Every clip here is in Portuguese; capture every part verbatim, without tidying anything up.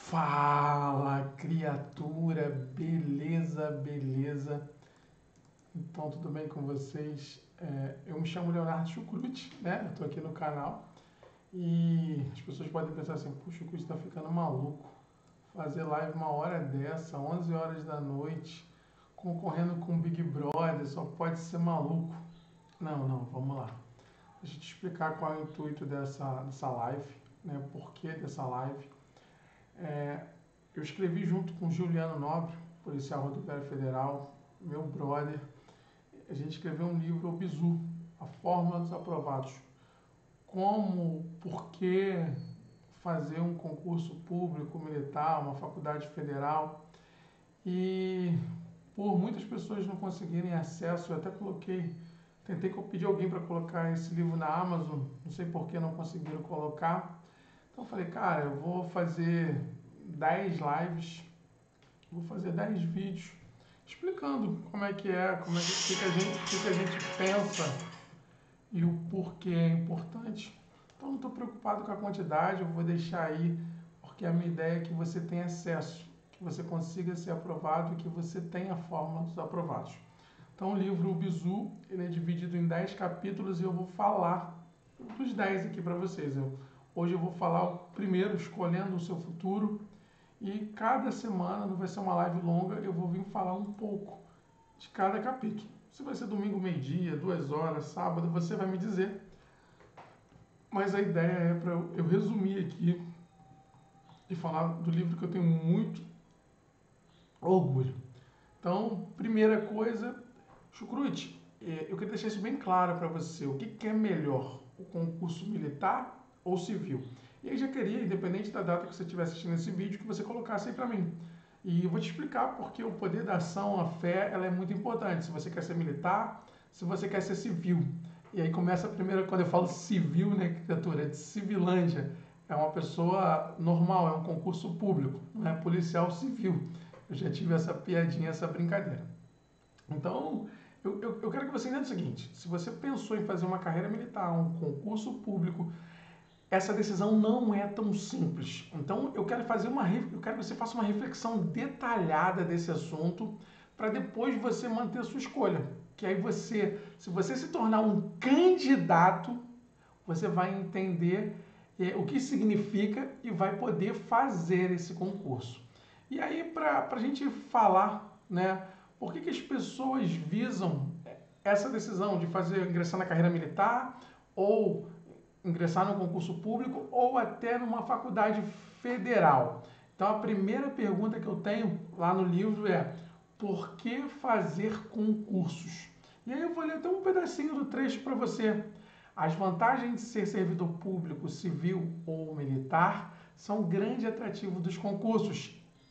Fala, criatura, beleza, beleza. Então, tudo bem com vocês? É, eu me chamo Leonardo Chucrute, né? Eu tô aqui no canal e as pessoas podem pensar assim, puxa, o Chucrute tá ficando maluco. Fazer live uma hora dessa, onze horas da noite, concorrendo com o Big Brother, só pode ser maluco. Não, não, vamos lá. Deixa eu te explicar qual é o intuito dessa, dessa live, né? O porquê dessa live. É, eu escrevi junto com Juliano Nobre, policial rodoviário federal, meu brother. A gente escreveu um livro, O Bizu, A Fórmula dos Aprovados. Como, por que fazer um concurso público, militar, uma faculdade federal. E por muitas pessoas não conseguirem acesso, eu até coloquei, tentei pedir alguém para colocar esse livro na Amazon, não sei por que não conseguiram colocar. Então eu falei, cara, eu vou fazer dez lives, vou fazer dez vídeos explicando como é que é, como é que, que, que, a, gente, que, que a gente pensa e o porquê é importante. Então não estou preocupado com a quantidade, eu vou deixar aí, porque a minha ideia é que você tenha acesso, que você consiga ser aprovado e que você tenha a fórmula dos aprovados. Então o livro O Bizu, ele é dividido em dez capítulos e eu vou falar dos dez aqui para vocês. Eu, Hoje eu vou falar o primeiro, Escolhendo o Seu Futuro, e cada semana, não vai ser uma live longa, eu vou vir falar um pouco de cada capítulo. Se vai ser domingo, meio-dia, duas horas, sábado, você vai me dizer. Mas a ideia é para eu, eu resumir aqui e falar do livro que eu tenho muito orgulho. Então, primeira coisa, Chucrute, eu queria deixar isso bem claro para você. O que, que é melhor, o concurso militar ou civil? E aí já queria, independente da data que você estiver assistindo esse vídeo, que você colocasse aí para mim. E eu vou te explicar porque o poder da ação, a fé, ela é muito importante. Se você quer ser militar, se você quer ser civil. E aí começa a primeira, quando eu falo civil, né, criatura, é de civilândia. É uma pessoa normal, é um concurso público, não é policial civil. Eu já tive essa piadinha, essa brincadeira. Então, eu, eu, eu quero que você entenda o seguinte, se você pensou em fazer uma carreira militar, um concurso público, essa decisão não é tão simples. Então, eu quero fazer uma, eu quero que você faça uma reflexão detalhada desse assunto para depois você manter a sua escolha. Que aí você, se você se tornar um candidato, você vai entender é, o que significa e vai poder fazer esse concurso. E aí, para a gente falar, né, por que, que as pessoas visam essa decisão de fazer ingressar na carreira militar ou ingressar no concurso público ou até numa faculdade federal. Então a primeira pergunta que eu tenho lá no livro é: por que fazer concursos? E aí eu vou ler até um pedacinho do trecho para você. As vantagens de ser servidor público, civil ou militar são grande atrativo dos concursos.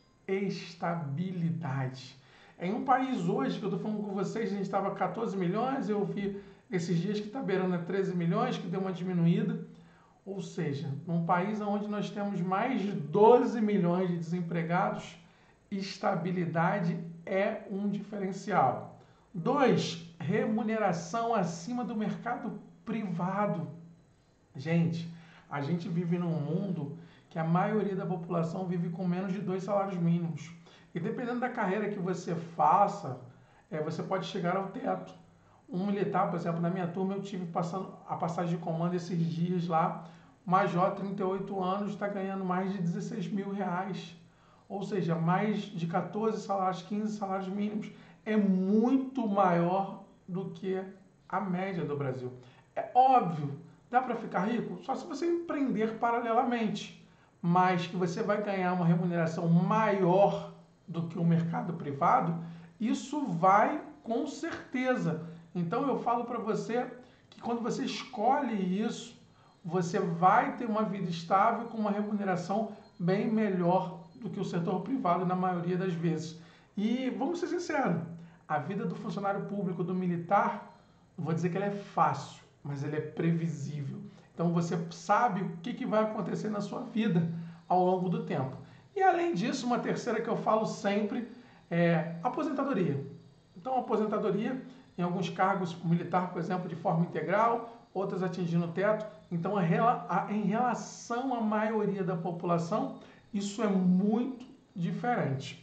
Estabilidade. Em um país hoje, que eu estou falando com vocês, a gente estava quatorze milhões, eu vi esses dias que está beirando a treze milhões, que deu uma diminuída. Ou seja, num país onde nós temos mais de doze milhões de desempregados, estabilidade é um diferencial. Dois, remuneração acima do mercado privado. Gente, a gente vive num mundo que a maioria da população vive com menos de dois salários mínimos. E dependendo da carreira que você faça, é, você pode chegar ao teto. Um militar, por exemplo, na minha turma eu tive passando a passagem de comando esses dias lá, major, trinta e oito anos, está ganhando mais de dezesseis mil reais. Ou seja, mais de quatorze salários, quinze salários mínimos. É muito maior do que a média do Brasil. É óbvio, dá para ficar rico só se você empreender paralelamente, mas que você vai ganhar uma remuneração maior do que o mercado privado, isso vai com certeza. Então eu falo para você que quando você escolhe isso, você vai ter uma vida estável com uma remuneração bem melhor do que o setor privado na maioria das vezes. E vamos ser sinceros, a vida do funcionário público, do militar, não vou dizer que ela é fácil, mas ela é previsível. Então você sabe o que, que vai acontecer na sua vida ao longo do tempo. E além disso, uma terceira que eu falo sempre é aposentadoria. Então a aposentadoria, em alguns cargos militar, por exemplo, de forma integral, outras atingindo o teto. Então, em relação à maioria da população, Isso é muito diferente.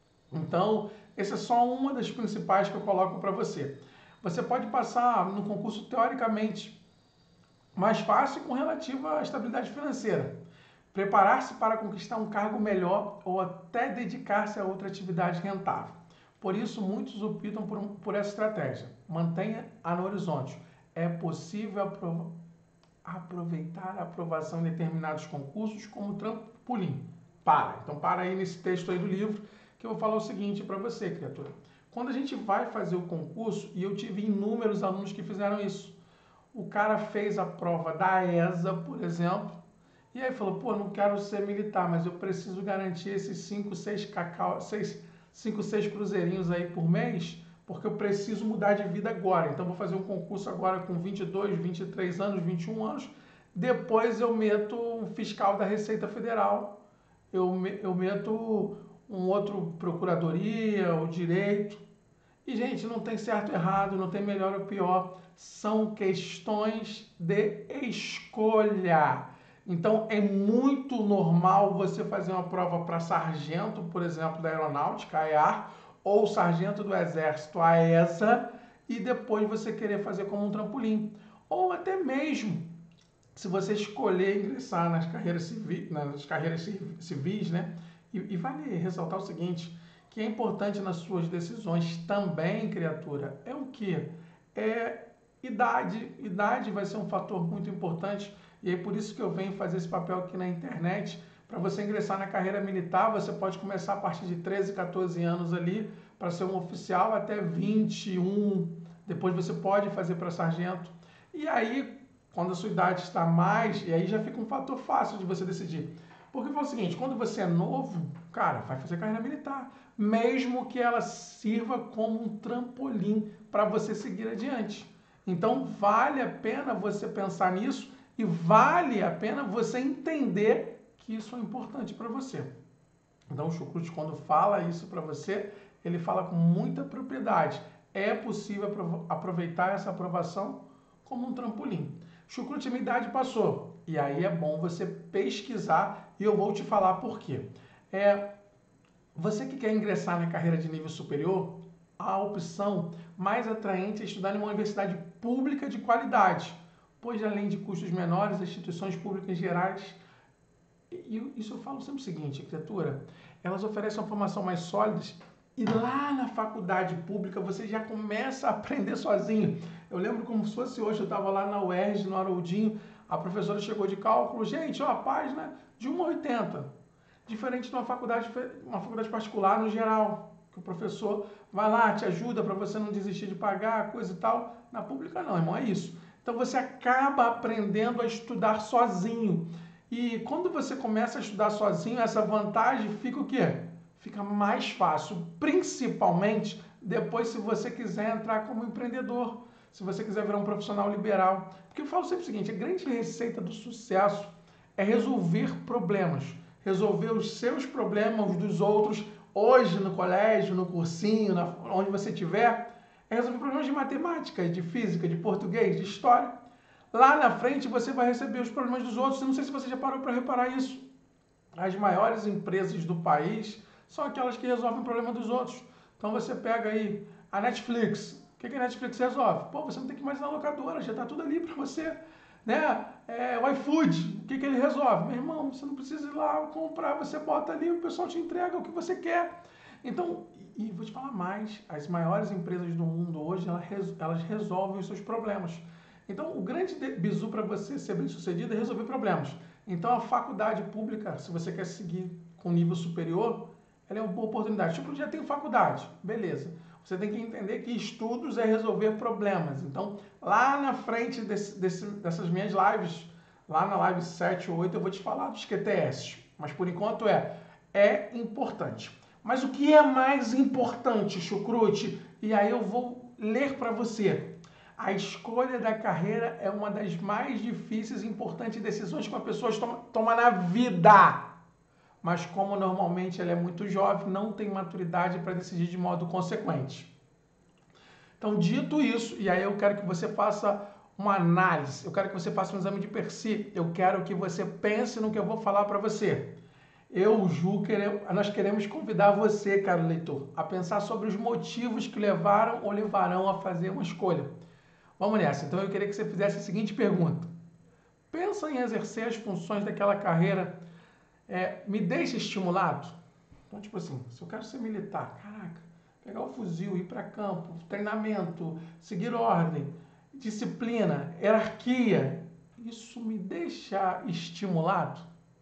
Então, essa é só uma das principais que eu coloco para você. Você pode passar no concurso teoricamente mais fácil com relativa à estabilidade financeira. Preparar-se para conquistar um cargo melhor ou até dedicar-se a outra atividade rentável. Por isso, muitos optam por, por essa estratégia. Mantenha-a no horizonte. É possível aprov aproveitar a aprovação em determinados concursos como trampolim. Para. Então, para aí nesse texto aí do livro, que eu vou falar o seguinte para você, criatura. Quando a gente vai fazer o concurso, e eu tive inúmeros alunos que fizeram isso, o cara fez a prova da E S A, por exemplo, e aí falou, pô, não quero ser militar, mas eu preciso garantir esses cinco, seis cacau, cinco, seis cruzeirinhos aí por mês, porque eu preciso mudar de vida agora. Então, vou fazer um concurso agora com vinte e dois, vinte e três anos, vinte e um anos, depois eu meto um fiscal da Receita Federal, eu, eu meto um outro procuradoria, o direito. E, gente, não tem certo ou errado, não tem melhor ou pior. São questões de escolha. Então, é muito normal você fazer uma prova para sargento, por exemplo, da Aeronáutica, a E A R, ou sargento do Exército, a E S A, e depois você querer fazer como um trampolim. Ou até mesmo, se você escolher ingressar nas carreiras civis, nas carreiras civis, né? E, e vale ressaltar o seguinte, que é importante nas suas decisões também, criatura, é o quê? É idade. Idade vai ser um fator muito importante, e é por isso que eu venho fazer esse papel aqui na internet. Para você ingressar na carreira militar, você pode começar a partir de treze, quatorze anos ali, para ser um oficial, até vinte e um, depois você pode fazer para sargento. E aí, quando a sua idade está mais, e aí já fica um fator fácil de você decidir. Porque fala o seguinte, quando você é novo, cara, vai fazer carreira militar, mesmo que ela sirva como um trampolim para você seguir adiante. Então, vale a pena você pensar nisso e vale a pena você entender que isso é importante para você. Então, o Chucrute, quando fala isso para você, ele fala com muita propriedade. É possível aproveitar essa aprovação como um trampolim. Chucrute, minha idade passou. E aí é bom você pesquisar e eu vou te falar por quê. É, você que quer ingressar na carreira de nível superior, a opção mais atraente é estudar em uma universidade pública de qualidade, pois além de custos menores, as instituições públicas gerais, e isso eu falo sempre o seguinte, criatura, elas oferecem uma formação mais sólida e lá na faculdade pública você já começa a aprender sozinho. Eu lembro como se fosse hoje, eu estava lá na U E R J, no Haroldinho, a professora chegou de cálculo, gente, ó, a página de um a oitenta, diferente de uma faculdade, uma faculdade particular no geral, que o professor vai lá, te ajuda para você não desistir de pagar, coisa e tal. Na pública não, irmão, é isso. Então você acaba aprendendo a estudar sozinho. E quando você começa a estudar sozinho, essa vantagem fica o quê? Fica mais fácil, principalmente depois se você quiser entrar como empreendedor, se você quiser virar um profissional liberal. Porque eu falo sempre o seguinte, a grande receita do sucesso é resolver problemas, resolver os seus problemas, os dos outros, hoje no colégio, no cursinho, na, onde você estiver, é resolver problemas de matemática, de física, de português, de história. Lá na frente você vai receber os problemas dos outros. Eu não sei se você já parou para reparar isso. As maiores empresas do país são aquelas que resolvem o problema dos outros. Então você pega aí a Netflix. O que a Netflix resolve? Pô, você não tem que ir mais na locadora, já está tudo ali para você. Né? É, o iFood, o que, que ele resolve? Meu irmão, você não precisa ir lá comprar, você bota ali, o pessoal te entrega o que você quer. Então, e vou te falar mais, as maiores empresas do mundo hoje, elas resolvem os seus problemas. Então, o grande bizu para você ser bem sucedido é resolver problemas. Então, a faculdade pública, se você quer seguir com nível superior, ela é uma boa oportunidade. Tipo, já tem faculdade, beleza. Você tem que entender que estudos é resolver problemas. Então, lá na frente desse, desse, dessas minhas lives, lá na live sete ou oito, eu vou te falar dos Q T S. Mas, por enquanto, é, é importante. Mas o que é mais importante, Chucrute? E aí eu vou ler para você. A escolha da carreira é uma das mais difíceis e importantes decisões que uma pessoa toma, toma na vida. Mas como normalmente ela é muito jovem, não tem maturidade para decidir de modo consequente. Então, dito isso, e aí eu quero que você faça uma análise, eu quero que você faça um exame de persi, eu quero que você pense no que eu vou falar para você. Eu, Ju, queremos, nós queremos convidar você, caro leitor, a pensar sobre os motivos que levaram ou levarão a fazer uma escolha. Vamos nessa. Então eu queria que você fizesse a seguinte pergunta. Pensa em exercer as funções daquela carreira, é, me deixa estimulado? Então, tipo assim, se eu quero ser militar, caraca, pegar o fuzil, ir para campo, treinamento, seguir ordem, disciplina, hierarquia, isso me deixa estimulado?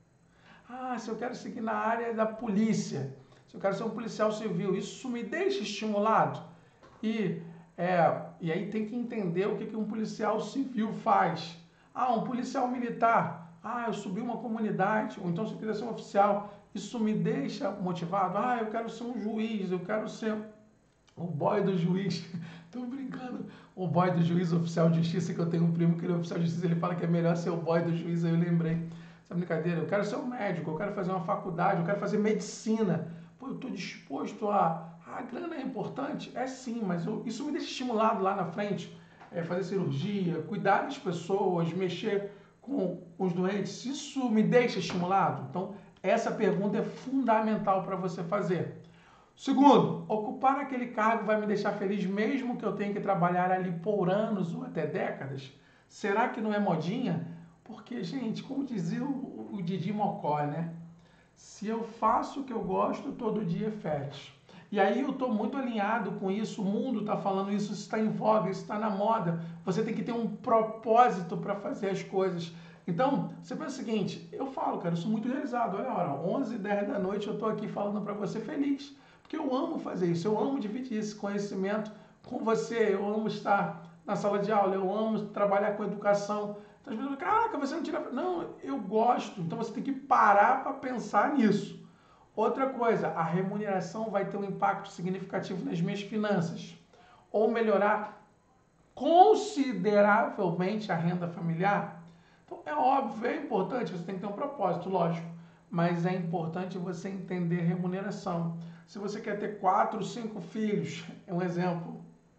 Ah, se eu quero seguir na área da polícia, se eu quero ser um policial civil, isso me deixa estimulado? E, é, e aí tem que entender o que, que um policial civil faz. Ah, um policial militar. Ah, eu subi uma comunidade. Ou então se eu quiser ser um oficial, isso me deixa motivado. Ah, eu quero ser um juiz, eu quero ser o boy do juiz. Tô brincando. O boy do juiz, oficial de justiça, que eu tenho um primo que ele é oficial de justiça, ele fala que é melhor ser o boy do juiz, aí eu lembrei. Essa brincadeira, eu quero ser um médico, eu quero fazer uma faculdade, eu quero fazer medicina. Pô, eu tô disposto a... A grana é importante? É sim, mas eu, isso me deixa estimulado lá na frente. É, fazer cirurgia, cuidar das pessoas, mexer com os doentes, isso me deixa estimulado? Então, essa pergunta é fundamental para você fazer. Segundo, ocupar aquele cargo vai me deixar feliz mesmo que eu tenha que trabalhar ali por anos ou até décadas? Será que não é modinha? Porque, gente, como dizia o, o Didi Mocó, né? Se eu faço o que eu gosto, todo dia é férias. E aí eu estou muito alinhado com isso, o mundo está falando isso, isso está em voga, isso está na moda. Você tem que ter um propósito para fazer as coisas. Então, você pensa o seguinte, eu falo, cara, eu sou muito realizado. Olha a hora, onze e dez da noite eu estou aqui falando para você feliz. Porque eu amo fazer isso, eu amo dividir esse conhecimento com você, eu amo estar na sala de aula, eu amo trabalhar com educação. Então as pessoas falam, caraca, você não tira... Não, eu gosto. Então você tem que parar para pensar nisso. Outra coisa, a remuneração vai ter um impacto significativo nas minhas finanças. Ou melhorar consideravelmente a renda familiar. Então é óbvio, é importante, você tem que ter um propósito, lógico. Mas é importante você entender remuneração. Se você quer ter quatro, cinco filhos, é um exemplo,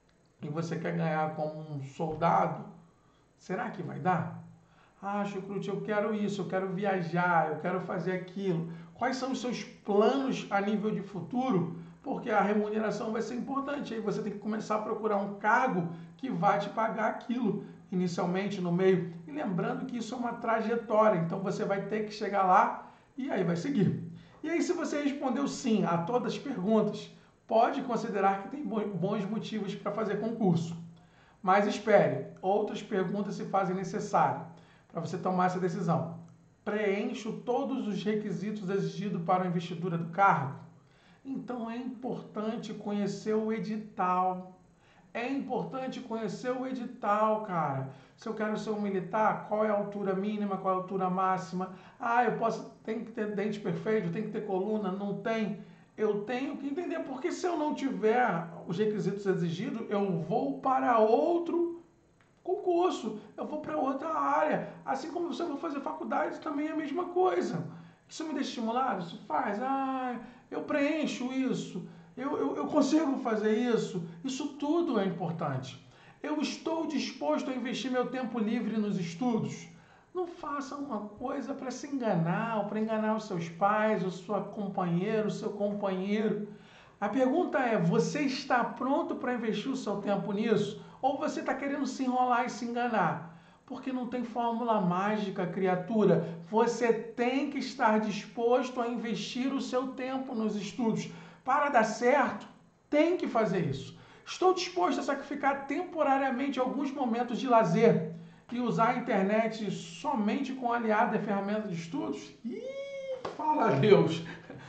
e você quer ganhar como um soldado, será que vai dar? Ah, Chucrute, eu quero isso, eu quero viajar, eu quero fazer aquilo. Quais são os seus planos a nível de futuro? Porque a remuneração vai ser importante. Aí você tem que começar a procurar um cargo que vai te pagar aquilo, inicialmente, no meio. E lembrando que isso é uma trajetória, então você vai ter que chegar lá e aí vai seguir. E aí, se você respondeu sim a todas as perguntas, pode considerar que tem bons motivos para fazer concurso. Mas espere, outras perguntas se fazem necessárias para você tomar essa decisão. Preencho todos os requisitos exigidos para a investidura do cargo? Então é importante conhecer o edital. É importante conhecer o edital, cara. Se eu quero ser um militar, qual é a altura mínima, qual é a altura máxima? Ah, eu posso, tem que ter dente perfeito, tem que ter coluna, não tem. Eu tenho que entender, porque se eu não tiver os requisitos exigidos, eu vou para outro concurso, eu vou para outra área. Assim como você vai fazer faculdade, também é a mesma coisa. Isso me deixa estimulado? Isso faz. Ah, eu preencho isso. Eu, eu, eu consigo fazer isso. Isso tudo é importante. Eu estou disposto a investir meu tempo livre nos estudos? Não faça uma coisa para se enganar, ou para enganar os seus pais, o seu companheiro, o seu companheiro. A pergunta é, você está pronto para investir o seu tempo nisso? Ou você está querendo se enrolar e se enganar? Porque não tem fórmula mágica, criatura. Você tem que estar disposto a investir o seu tempo nos estudos. Para dar certo, tem que fazer isso. Estou disposto a sacrificar temporariamente alguns momentos de lazer e usar a internet somente com aliada e ferramenta de estudos? Ih, fala a Deus!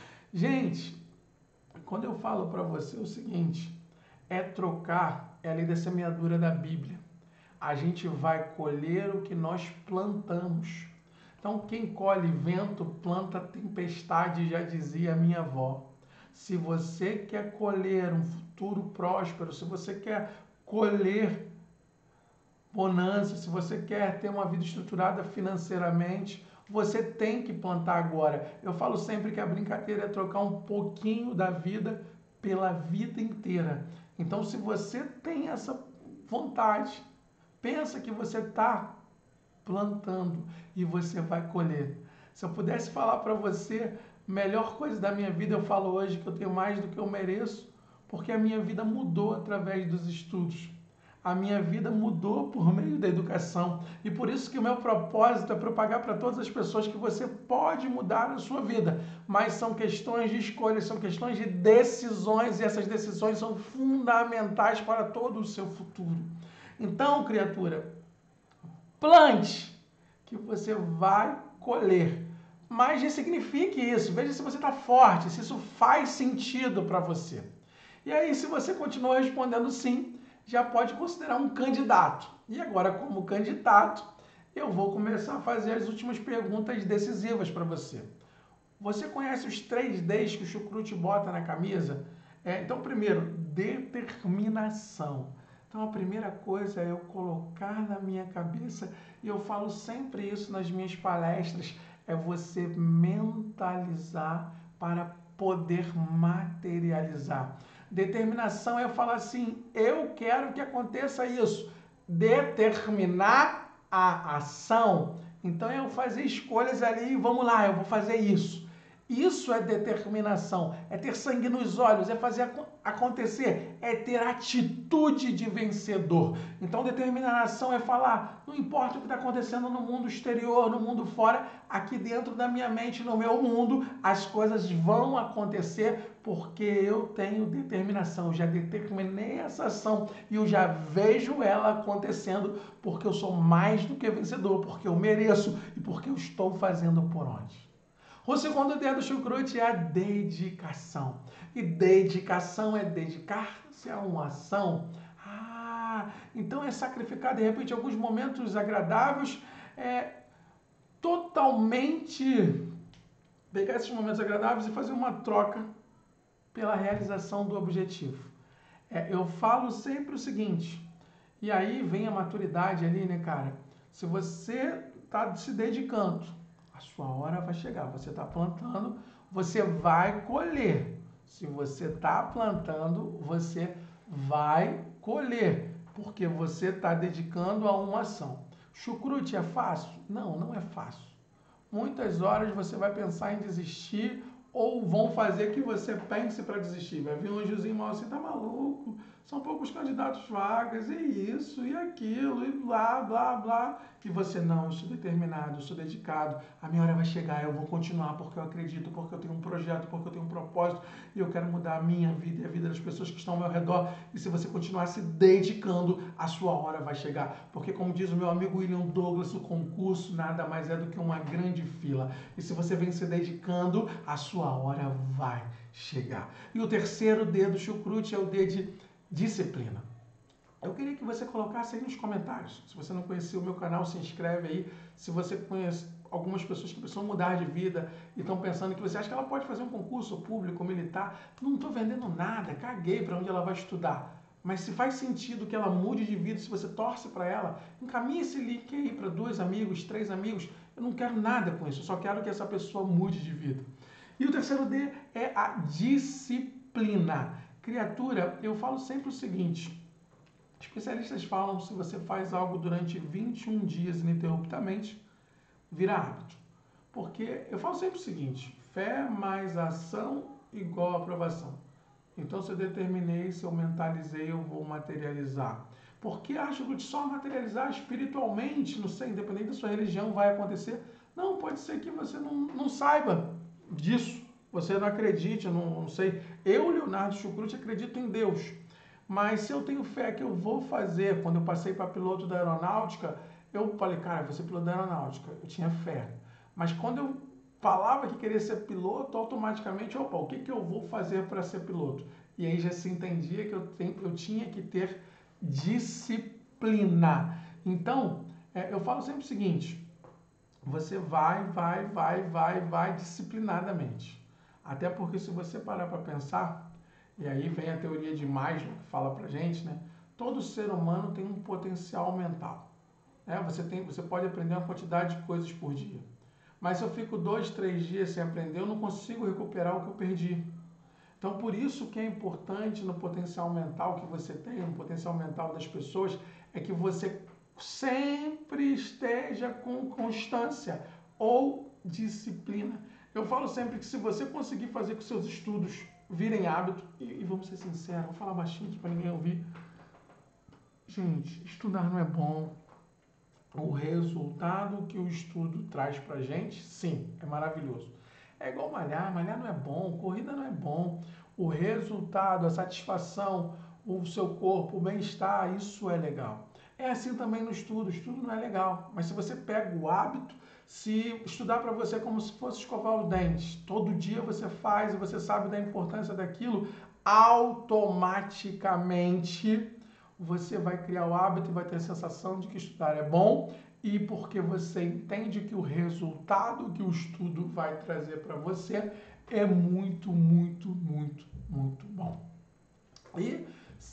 Gente, quando eu falo para você o seguinte, é trocar, é a lei da semeadura da Bíblia. A gente vai colher o que nós plantamos. Então, quem colhe vento, planta tempestade, já dizia a minha avó. Se você quer colher um futuro próspero, se você quer colher bonança, se você quer ter uma vida estruturada financeiramente, você tem que plantar agora. Eu falo sempre que a brincadeira é trocar um pouquinho da vida pela vida inteira. Então, se você tem essa vontade, pensa que você está plantando e você vai colher. Se eu pudesse falar para você Melhor coisa da minha vida, eu falo hoje que eu tenho mais do que eu mereço, porque a minha vida mudou através dos estudos. A minha vida mudou por meio da educação. E por isso que o meu propósito é propagar para todas as pessoas que você pode mudar a sua vida. Mas são questões de escolha, são questões de decisões, e essas decisões são fundamentais para todo o seu futuro. Então, criatura, plante, que você vai colher. Mas ressignifique isso, veja se você está forte, se isso faz sentido para você. E aí, se você continua respondendo sim, já pode considerar um candidato. E agora, como candidato, eu vou começar a fazer as últimas perguntas decisivas para você. Você conhece os três Ds que o Chucrute bota na camisa? É, então, primeiro, determinação. Então, a primeira coisa é eu colocar na minha cabeça, e eu falo sempre isso nas minhas palestras, é você mentalizar para poder materializar. Determinação é eu falar assim, eu quero que aconteça isso. Determinar a ação. Então, eu fazer escolhas ali, vamos lá, eu vou fazer isso. Isso é determinação, é ter sangue nos olhos, é fazer acontecer, é ter atitude de vencedor. Então, determinação é falar, não importa o que está acontecendo no mundo exterior, no mundo fora, aqui dentro da minha mente, no meu mundo, as coisas vão acontecer porque eu tenho determinação, eu já determinei essa ação e eu já vejo ela acontecendo porque eu sou mais do que vencedor, porque eu mereço e porque eu estou fazendo por onde. O segundo D do Chucrute é a dedicação. E dedicação é dedicar-se a uma ação. Ah, então é sacrificar, de repente, alguns momentos agradáveis, é, totalmente pegar esses momentos agradáveis e fazer uma troca pela realização do objetivo. É, eu falo sempre o seguinte, e aí vem a maturidade ali, né, cara? Se você está se dedicando, a sua hora vai chegar. Você está plantando, você vai colher. Se você está plantando, você vai colher, porque você está dedicando a uma ação. Chucrute é fácil? Não, não é fácil. Muitas horas você vai pensar em desistir ou vão fazer que você pense para desistir. Vai vir um anjozinho mal assim, tá maluco? São poucos candidatos vagas, e isso, e aquilo, e blá, blá, blá. E você, não, eu sou determinado, eu sou dedicado, a minha hora vai chegar, eu vou continuar porque eu acredito, porque eu tenho um projeto, porque eu tenho um propósito, e eu quero mudar a minha vida e a vida das pessoas que estão ao meu redor. E se você continuar se dedicando, a sua hora vai chegar. Porque, como diz o meu amigo William Douglas, o concurso nada mais é do que uma grande fila. E se você vem se dedicando, a sua hora vai chegar. E o terceiro D do Chucrute é o D de disciplina. Eu queria que você colocasse aí nos comentários. Se você não conhecia o meu canal, se inscreve aí. Se você conhece algumas pessoas que precisam mudar de vida e estão pensando que você acha que ela pode fazer um concurso público, militar, não estou vendendo nada, caguei para onde ela vai estudar. Mas se faz sentido que ela mude de vida, se você torce para ela, encaminhe esse link aí para dois amigos, três amigos. Eu não quero nada com isso, eu só quero que essa pessoa mude de vida. E o terceiro D é a disciplina. Criatura, eu falo sempre o seguinte, especialistas falam que se você faz algo durante vinte e um dias ininterruptamente, vira hábito. Porque eu falo sempre o seguinte, fé mais ação igual aprovação. Então, se eu determinei, se eu mentalizei, eu vou materializar. Porque acho que só materializar espiritualmente, não sei, independente da sua religião, vai acontecer. Não, pode ser que você não, não saiba disso. Você não acredite, não, não sei. Eu, Leonardo Chucrute, acredito em Deus. Mas se eu tenho fé que eu vou fazer, quando eu passei para piloto da aeronáutica, eu falei, cara, eu vou ser piloto da aeronáutica. Eu tinha fé. Mas quando eu falava que queria ser piloto, automaticamente, opa, o que, que eu vou fazer para ser piloto? E aí já se entendia que eu, tenho, eu tinha que ter disciplina. Então, é, eu falo sempre o seguinte, você vai, vai, vai, vai, vai disciplinadamente. Até porque se você parar para pensar, e aí vem a teoria de Maslow que fala pra gente, né? Todo ser humano tem um potencial mental. Né? Você, tem, você pode aprender uma quantidade de coisas por dia. Mas se eu fico dois, três dias sem aprender, eu não consigo recuperar o que eu perdi. Então, por isso que é importante no potencial mental que você tem, no potencial mental das pessoas, é que você sempre esteja com constância ou disciplina. Eu falo sempre que se você conseguir fazer com que seus estudos virem hábito, e, e vamos ser sinceros, vou falar baixinho aqui para ninguém ouvir. Gente, estudar não é bom. O resultado que o estudo traz pra gente, sim, é maravilhoso. É igual malhar, malhar não é bom, corrida não é bom. O resultado, a satisfação, o seu corpo, o bem-estar, isso é legal. É assim também no estudo, o estudo não é legal, mas se você pega o hábito, se estudar para você é como se fosse escovar os dentes, todo dia você faz e você sabe da importância daquilo, automaticamente você vai criar o hábito e vai ter a sensação de que estudar é bom, e porque você entende que o resultado que o estudo vai trazer para você é muito, muito, muito, muito bom. E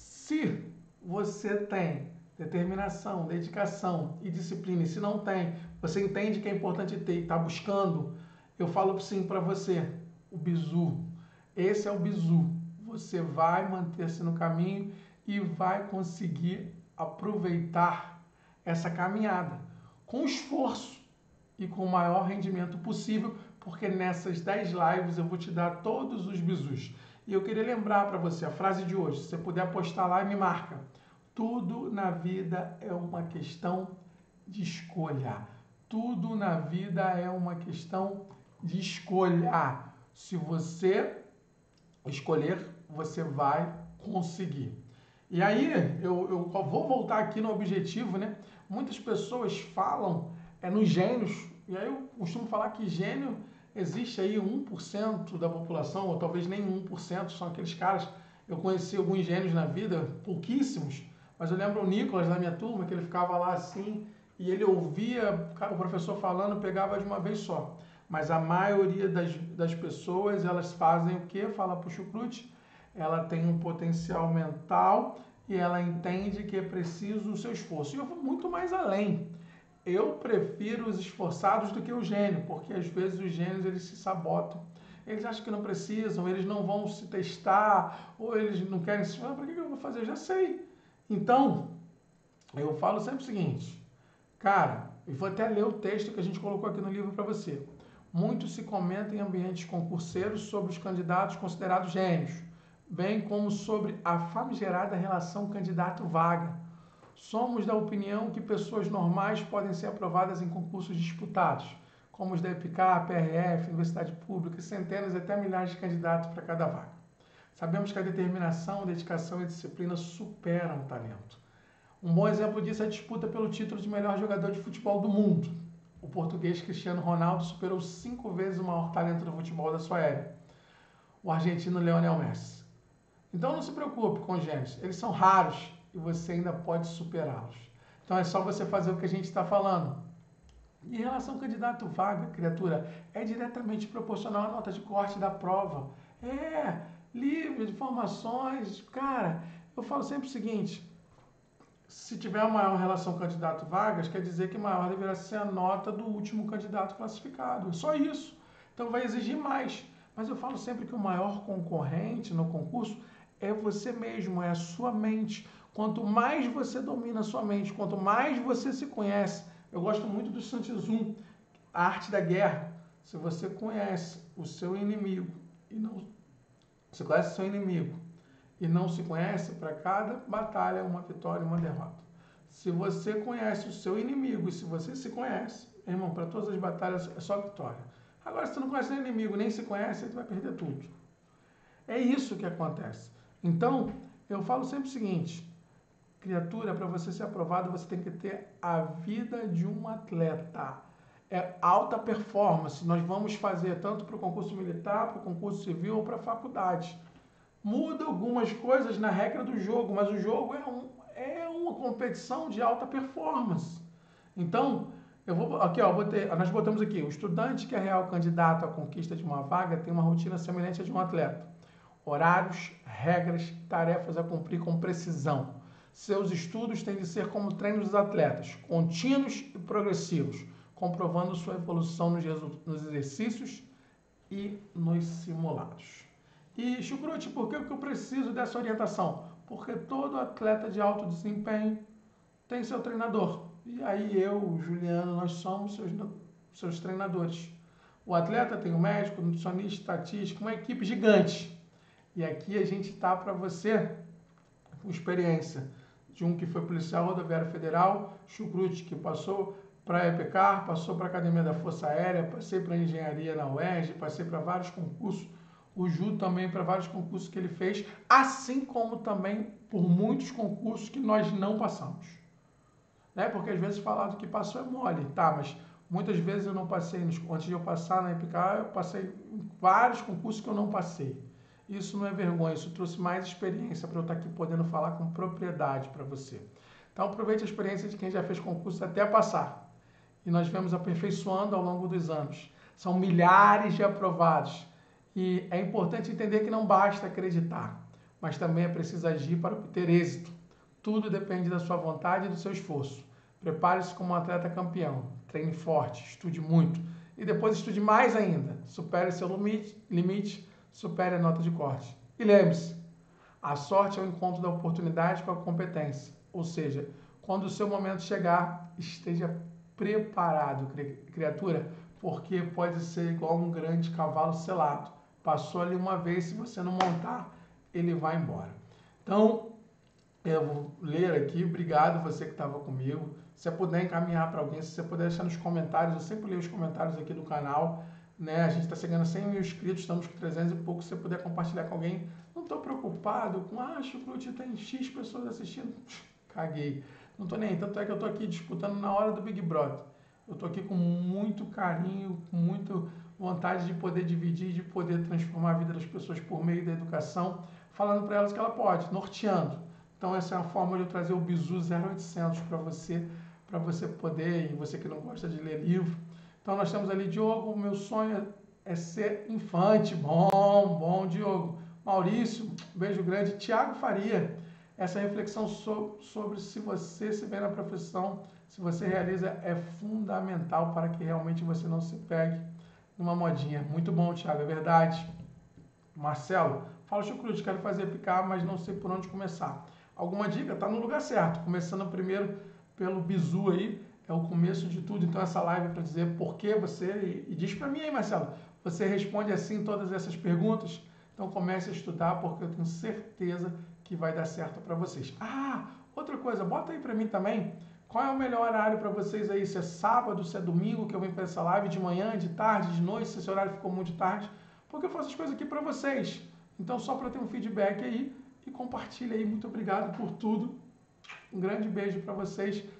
se você tem determinação, dedicação e disciplina, e se não tem, você entende que é importante ter e está buscando, eu falo sim para você, o bizu. Esse é o bizu. Você vai manter-se no caminho e vai conseguir aproveitar essa caminhada com esforço e com o maior rendimento possível, porque nessas dez lives eu vou te dar todos os bizus. E eu queria lembrar para você a frase de hoje, se você puder postar lá e me marca. Tudo na vida é uma questão de escolha. Tudo na vida é uma questão de escolha. Se você escolher, você vai conseguir. E aí, eu, eu vou voltar aqui no objetivo, né? Muitas pessoas falam é, nos gênios, e aí eu costumo falar que gênio existe aí um por cento da população, ou talvez nem um por cento, são aqueles caras. Eu conheci alguns gênios na vida, pouquíssimos, mas eu lembro o Nicolas da minha turma, que ele ficava lá assim, e ele ouvia o professor falando, pegava de uma vez só. Mas a maioria das, das pessoas, elas fazem o quê? Fala para o chucrute, ela tem um potencial mental e ela entende que é preciso o seu esforço. E eu vou muito mais além. Eu prefiro os esforçados do que o gênio, porque às vezes os gênios eles se sabotam. Eles acham que não precisam, eles não vão se testar, ou eles não querem se... Ah, para que eu vou fazer? Eu já sei. Então, eu falo sempre o seguinte, cara, e vou até ler o texto que a gente colocou aqui no livro para você. Muito se comenta em ambientes concurseiros sobre os candidatos considerados gênios, bem como sobre a famigerada relação candidato-vaga. Somos da opinião que pessoas normais podem ser aprovadas em concursos disputados, como os da EPICAR, P R F, Universidade Pública, centenas e até milhares de candidatos para cada vaga. Sabemos que a determinação, dedicação e disciplina superam o talento. Um bom exemplo disso é a disputa pelo título de melhor jogador de futebol do mundo. O português Cristiano Ronaldo superou cinco vezes o maior talento do futebol da sua era, o argentino Lionel Messi. Então não se preocupe com os gênios, eles são raros e você ainda pode superá-los. Então é só você fazer o que a gente está falando. Em relação ao candidato vaga, criatura, é diretamente proporcional à nota de corte da prova. É, livre de informações. Cara, eu falo sempre o seguinte, se tiver uma maior relação candidato-vagas, quer dizer que maior deverá ser a nota do último candidato classificado. É só isso. Então vai exigir mais. Mas eu falo sempre que o maior concorrente no concurso é você mesmo, é a sua mente. Quanto mais você domina a sua mente, quanto mais você se conhece. Eu gosto muito do Sun Tzu, a arte da guerra. Se você conhece o seu inimigo e não você conhece o seu inimigo e não se conhece, para cada batalha é uma vitória e uma derrota. Se você conhece o seu inimigo e se você se conhece, irmão, para todas as batalhas é só vitória. Agora, se você não conhece o inimigo, nem se conhece, você vai perder tudo. É isso que acontece. Então, eu falo sempre o seguinte, criatura, para você ser aprovado, você tem que ter a vida de um atleta. É alta performance. Nós vamos fazer tanto para o concurso militar, para o concurso civil ou para a faculdade. Muda algumas coisas na regra do jogo, mas o jogo é, um, é uma competição de alta performance. Então, eu vou aqui, ó, botei, nós botamos aqui, o estudante que é real candidato à conquista de uma vaga tem uma rotina semelhante à de um atleta. Horários, regras, tarefas a cumprir com precisão. Seus estudos têm de ser como treinos dos atletas, contínuos e progressivos, comprovando sua evolução nos, nos exercícios e nos simulados. E, Chucrute, por que eu preciso dessa orientação? Porque todo atleta de alto desempenho tem seu treinador. E aí eu, Juliano, nós somos seus, seus treinadores. o atleta, tem o médico, o nutricionista, estatístico, uma equipe gigante. E aqui a gente está para você com experiência de um que foi policial rodoviário federal, Chucrute, que passou para a EPECAR, passou para a Academia da Força Aérea, passei para a Engenharia na U E R J, passei para vários concursos, o Ju também para vários concursos que ele fez, assim como também por muitos concursos que nós não passamos. Né? Porque às vezes falar do que passou é mole, tá? Mas muitas vezes eu não passei, antes de eu passar na EPECAR, eu passei em vários concursos que eu não passei. Isso não é vergonha, isso trouxe mais experiência para eu estar aqui podendo falar com propriedade para você. Então aproveite a experiência de quem já fez concurso até passar. E nós vemos aperfeiçoando ao longo dos anos. São milhares de aprovados. E é importante entender que não basta acreditar, mas também é preciso agir para obter êxito. Tudo depende da sua vontade e do seu esforço. Prepare-se como um atleta campeão. Treine forte, estude muito. E depois estude mais ainda. Supere seu limite, limite supere a nota de corte. E lembre-se, a sorte é o encontro da oportunidade com a competência. Ou seja, quando o seu momento chegar, esteja preparado, criatura, porque pode ser igual um grande cavalo selado. Passou ali uma vez, se você não montar, ele vai embora. Então, eu vou ler aqui, obrigado você que estava comigo. Se você puder encaminhar para alguém, se você puder deixar nos comentários, eu sempre leio os comentários aqui do canal, né? A gente está chegando a cem mil inscritos, estamos com trezentos e pouco, se você puder compartilhar com alguém. Não estou preocupado com, ah, Chucrute tem X pessoas assistindo, caguei. Não estou nem aí, tanto é que eu estou aqui disputando na hora do Big Brother. Eu estou aqui com muito carinho, com muita vontade de poder dividir, de poder transformar a vida das pessoas por meio da educação, falando para elas que ela pode, norteando. Então essa é a forma de eu trazer o Bizu zero oitocentos para você, para você poder, e você que não gosta de ler livro. Então nós temos ali, Diogo, o meu sonho é ser infante. Bom, bom, Diogo. Maurício, beijo grande. Tiago Faria, essa reflexão so, sobre se você se vê na profissão, se você realiza, é fundamental para que realmente você não se pegue numa modinha. Muito bom, Tiago, é verdade. Marcelo, fala, Chucrute, quero fazer picar, mas não sei por onde começar. Alguma dica? Tá no lugar certo. Começando primeiro pelo Bizu aí, é o começo de tudo. Então essa live é para dizer por que você, e diz para mim aí, Marcelo, você responde assim todas essas perguntas? Então comece a estudar, porque eu tenho certeza que vai dar certo para vocês. Ah, outra coisa, bota aí para mim também, qual é o melhor horário para vocês aí? Se é sábado, se é domingo que eu venho para essa live, de manhã, de tarde, de noite, se esse horário ficou muito tarde, porque eu faço as coisas aqui para vocês. Então só para ter um feedback aí, e compartilha aí. Muito obrigado por tudo. Um grande beijo para vocês.